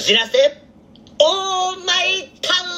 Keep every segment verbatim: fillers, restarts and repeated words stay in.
じらせオーマイタウ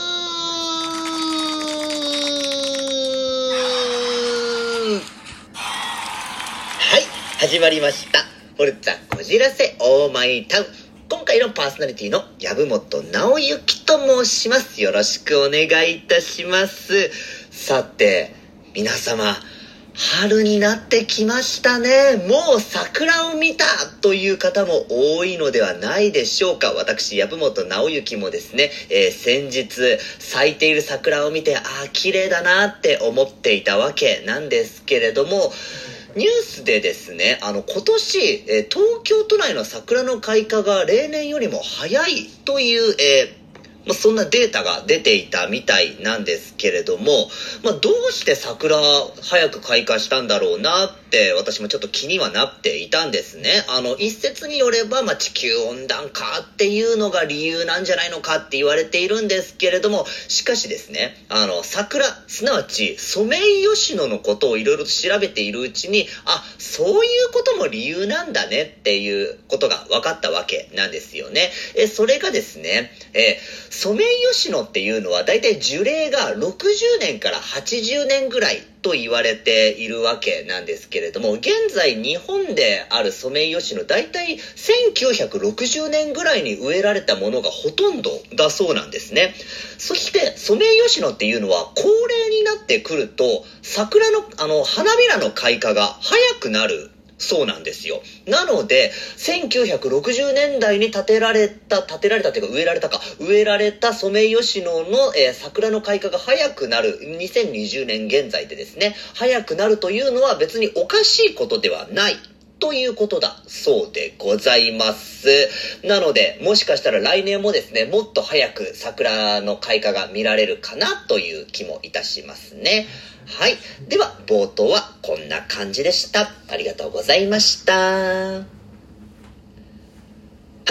ン。はい、始まりました。フォルツァこじらせオーマイタウン。今回のパーソナリティの籔本直之と申します。よろしくお願いいたします。さて皆様、春になってきましたね。もう桜を見たという方も多いのではないでしょうか。私籔本直之もですね、えー、先日咲いている桜を見て、あー綺麗だなって思っていたわけなんですけれども、ニュースでですね、あの今年、えー、東京都内の桜の開花が例年よりも早いという、えーまあ、そんなデータが出ていたみたいなんですけれども、まあ、どうして桜早く開花したんだろうなって私もちょっと気にはなっていたんですね。あの一説によれば、まあ、地球温暖化っていうのが理由なんじゃないのかって言われているんですけれども、しかしですね、あの桜すなわちソメイヨシノのことをいろいろと調べているうちに、あ、そういうことも理由なんだねっていうことが分かったわけなんですよね。えそれがですね、えソメイヨシノっていうのはだいたい樹齢がろくじゅうねんからはちじゅうねんぐらいと言われているわけなんですけれども、現在日本であるソメイヨシノだいたいせんきゅうひゃくろくじゅうねんぐらいに植えられたものがほとんどだそうなんですね。そしてソメイヨシノっていうのは高齢になってくると桜のあの花びらの開花が早くなるそうなんですよ。なのでせんきゅうひゃくろくじゅうねんだいに建てられた建てられたというか植えられたか植えられたソメイヨシノの、えー、桜の開花が早くなるにせんにじゅうねん現在でですね、早くなるというのは別におかしいことではないということだそうでございます。なのでもしかしたら来年もですね、もっと早く桜の開花が見られるかなという気もいたしますね。はい、では冒頭はこんな感じでした。ありがとうございました。はい、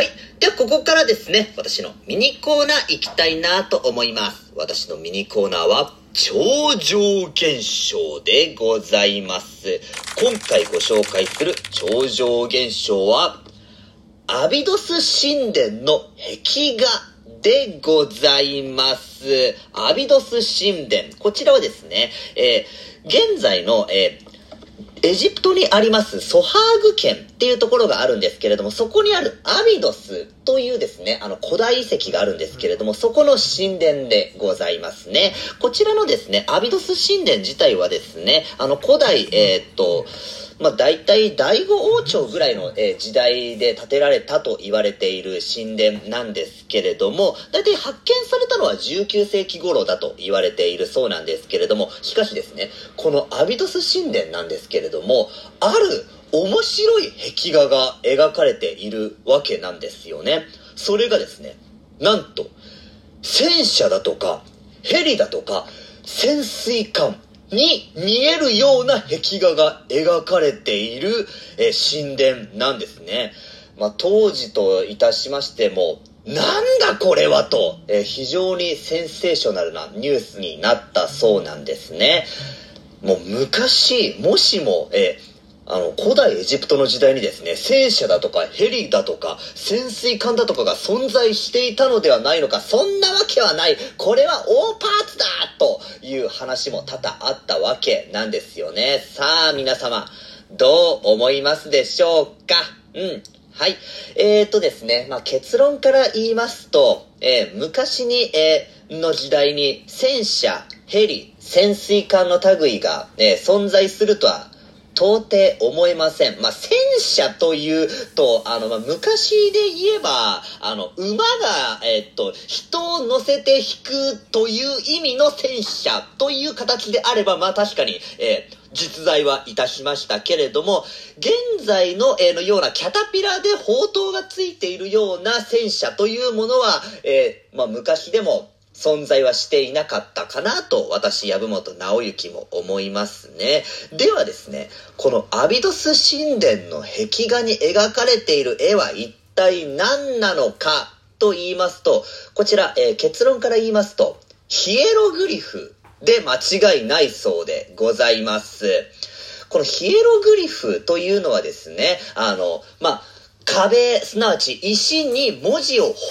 ではここからですね、私のミニコーナー行きたいなと思います。私のミニコーナーは超常現象でございます。今回ご紹介する超常現象はアビドス神殿の壁画でございます。アビドス神殿、こちらはですね、えー、現在の、えーエジプトにありますソハーグ県っていうところがあるんですけれども、そこにあるアビドスというですね、あの古代遺跡があるんですけれども、そこの神殿でございますね。こちらのですね、アビドス神殿自体はですね、あの古代、えー、っと、まあ大体第五王朝ぐらいの、えー、時代で建てられたと言われている神殿なんですけれども、大体発見されたのはじゅうきゅうせいき頃だと言われているそうなんですけれども、しかしですね、このアビドス神殿なんですけれども、ある面白い壁画が描かれているわけなんですよね。それがですね、なんと戦車だとかヘリだとか潜水艦に見えるような壁画が描かれている、えー、神殿なんですね。まあ、当時といたしましても、なんだこれはと、えー、非常にセンセーショナルなニュースになったそうなんですね。もう昔、もしも、えーあの古代エジプトの時代にですね、戦車だとかヘリだとか潜水艦だとかが存在していたのではないのか。そんなわけはない、これは大パーツだという話も多々あったわけなんですよね。さあ皆様、どう思いますでしょうか。うんはい。えーとですね、まあ、結論から言いますと、えー、昔に、えー、の時代に戦車、ヘリ、潜水艦の類が、えー、存在するとは到底思えません。まあ、戦車というと、あの、まあ、昔で言えば、あの、馬が、えっと、人を乗せて引くという意味の戦車という形であれば、まあ、確かに、えー、実在はいたしましたけれども、現在の、えー、のようなキャタピラで砲塔がついているような戦車というものは、えー、まあ、昔でも、存在はしていなかったかなと私籔本直之も思いますね。ではですね、このアビドス神殿の壁画に描かれている絵は一体何なのかと言いますと、こちら、えー、結論から言いますとヒエログリフで間違いないそうでございます。このヒエログリフというのはですね、あのまあ壁すなわち石に文字を彫っ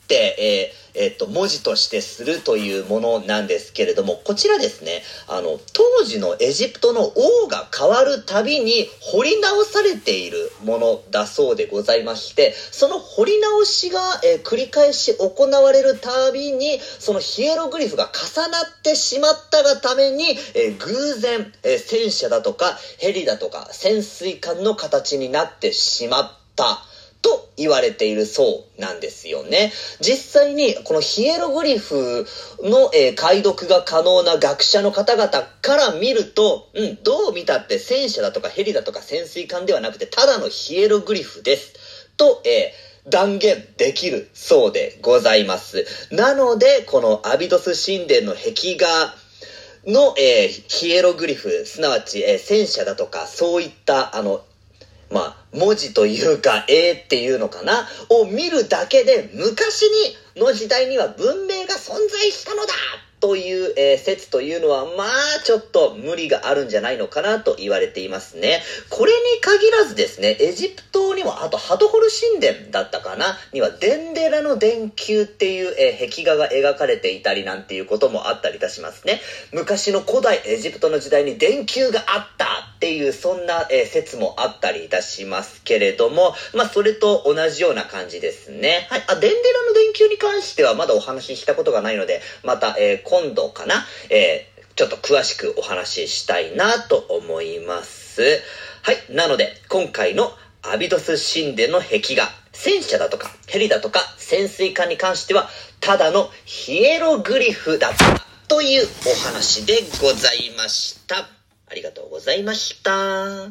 て、えーえっと、文字としてするというものなんですけれども、こちらですね、あの、当時のエジプトの王が変わるたびに彫り直されているものだそうでございまして、その彫り直しが、えー、繰り返し行われるたびに、そのヒエログリフが重なってしまったがために、えー、偶然、えー、戦車だとかヘリだとか潜水艦の形になってしまったと言われているそうなんですよね。実際にこのヒエログリフの、えー、解読が可能な学者の方々から見ると、うん、どう見たって戦車だとかヘリだとか潜水艦ではなくてただのヒエログリフですと、えー、断言できるそうでございます。なのでこのアビドス神殿の壁画の、えー、ヒエログリフ、すなわち、えー、戦車だとかそういったあのまあ、文字というか絵っていうのかなを見るだけで昔にの時代には文明が存在したのだという、えー、説というのはまあちょっと無理があるんじゃないのかなと言われていますね。これに限らずですね、エジプトにもあとハトホル神殿だったかなにはデンデラの電球っていう、えー、壁画が描かれていたりなんていうこともあったりいたしますね。昔の古代エジプトの時代に電球があったっていうそんな、えー、説もあったりいたしますけれども、まあそれと同じような感じですね。はい、あ、デンデラの電球に関してはまだお話ししたことがないので、また、えー、今度かな、えー、ちょっと詳しくお話ししたいなと思います。はい、なので今回のアビドス神殿の壁画、戦車だとかヘリだとか潜水艦に関してはただのヒエログリフだったというお話でございました。ありがとうございました。はい。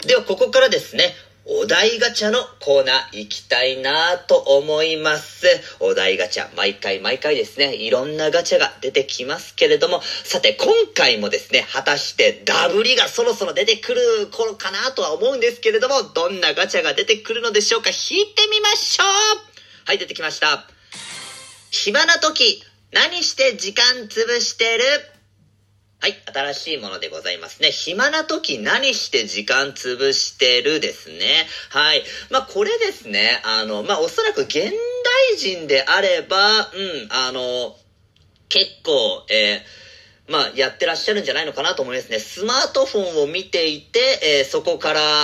ではここからですね、お題ガチャのコーナー行きたいなと思います。お題ガチャ、毎回毎回ですね、いろんなガチャが出てきますけれども、さて今回もですね、果たしてダブリがそろそろ出てくる頃かなとは思うんですけれども、どんなガチャが出てくるのでしょうか。引いてみましょう。はい、出てきました。暇な時、何して時間潰してる？はい、新しいものでございますね。暇な時何して時間潰してるですね。はい。まあ、これですね。あの、まあ、おそらく現代人であれば、うん、あの、結構、えー、まあ、やってらっしゃるんじゃないのかなと思いますね。スマートフォンを見ていて、えー、そこから、うん、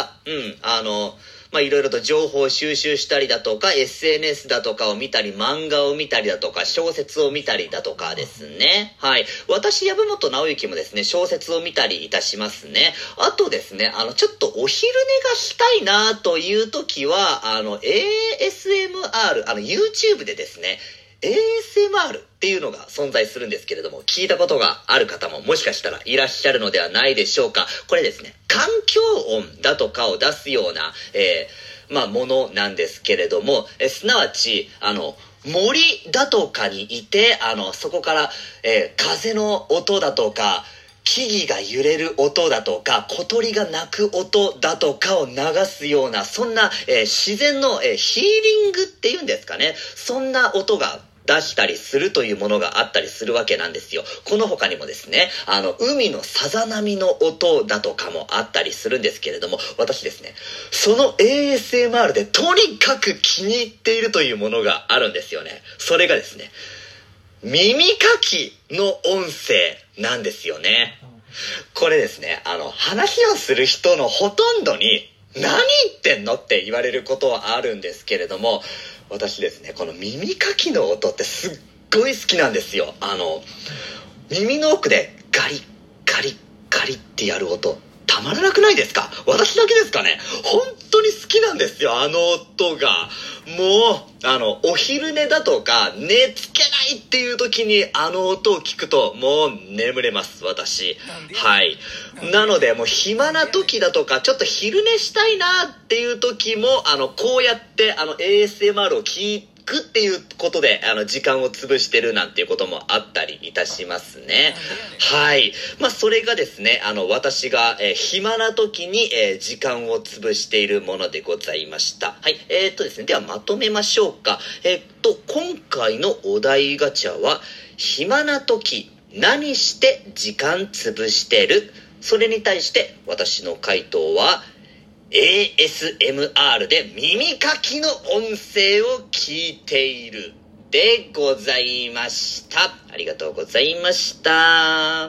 あの、まあ、いろいろと情報を収集したりだとか エスエヌエス だとかを見たり漫画を見たりだとか小説を見たりだとかですね。はい。私、藪本直之もですね、小説を見たりいたしますね。あとですね、あの、ちょっとお昼寝がしたいなという時は、あの、エーエスエムアール、あの、YouTube でですね、エーエスエムアール っていうのが存在するんですけれども、聞いたことがある方ももしかしたらいらっしゃるのではないでしょうか。これですね、環境音だとかを出すような、えー、まあ、ものなんですけれども、えすなわち、あの、森だとかにいて、あの、そこから、えー、風の音だとか、木々が揺れる音だとか小鳥が鳴く音だとかを流すようなそんな、えー、自然の、えー、ヒーリングっていうんですかね、そんな音が出したりするというものがあったりするわけなんですよ。この他にもですね、あの海のさざ波の音だとかもあったりするんですけれども、私ですね、その エーエスエムアール でとにかく気に入っているというものがあるんですよね。それがですね、耳かきの音声なんですよね。これですね、あの話をする人のほとんどに何言ってんのって言われることはあるんですけれども、私ですね、この耳かきの音ってすっごい好きなんですよ。あの耳の奥でガリッガリッガリッってやる音たまらなくないですか？私だけですかね？本当に好きなんですよ、あの音が。もうあのお昼寝だとか寝つけないっていう時にあの音を聞くともう眠れます私。はい。なのでもう暇な時だとかちょっと昼寝したいなっていう時もあのこうやってあの エーエスエムアール を聞いくっていうことであの時間を潰してるなんていうこともあったりいたしますね。はい。まあそれがですね、あの私が、えー、暇な時に、えー、時間を潰しているものでございました。はい。えー、っとですね、ではまとめましょうか。えー、っと今回のお題ガチャは暇な時何して時間潰してる？それに対して私の回答はエーエスエムアール で耳かきの音声を聞いているでございました。ありがとうございました。はい、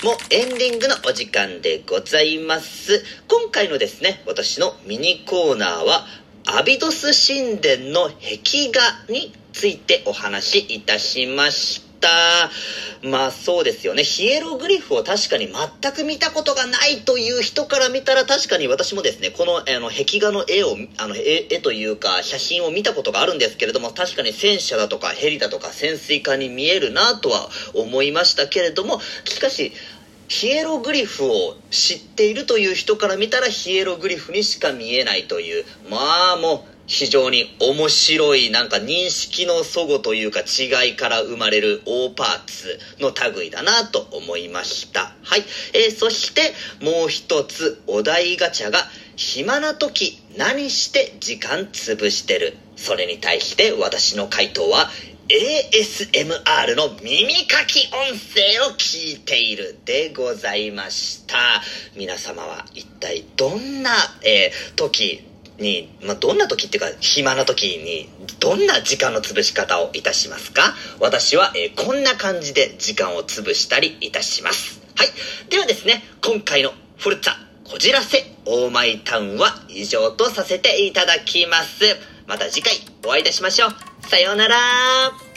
もうエンディングのお時間でございます。今回のですね、私のミニコーナーはアビドス神殿の壁画についてお話しいたしました。まあそうですよね。ヒエログリフを確かに全く見たことがないという人から見たら、確かに私もですね、このあの壁画の絵をあの絵絵というか写真を見たことがあるんですけれども、確かに戦車だとかヘリだとか潜水艦に見えるなとは思いましたけれども、しかしヒエログリフを知っているという人から見たらヒエログリフにしか見えないという、まあもう非常に面白いなんか認識の齟齬というか違いから生まれる大パーツの類だなと思いました。はい、えー、そしてもう一つお題ガチャが暇な時何して時間潰してる。それに対して私の回答はエーエスエムアール の耳かき音声を聞いているでございました。皆様は一体どんな、えー、時に、まあ、どんな時っていうか暇な時にどんな時間の潰し方をいたしますか？私は、えー、こんな感じで時間を潰したりいたします。はい。ではですね、今回のフォルツァこじらせオーマイタウンは以上とさせていただきます。また次回お会いいたしましょう。さようなら。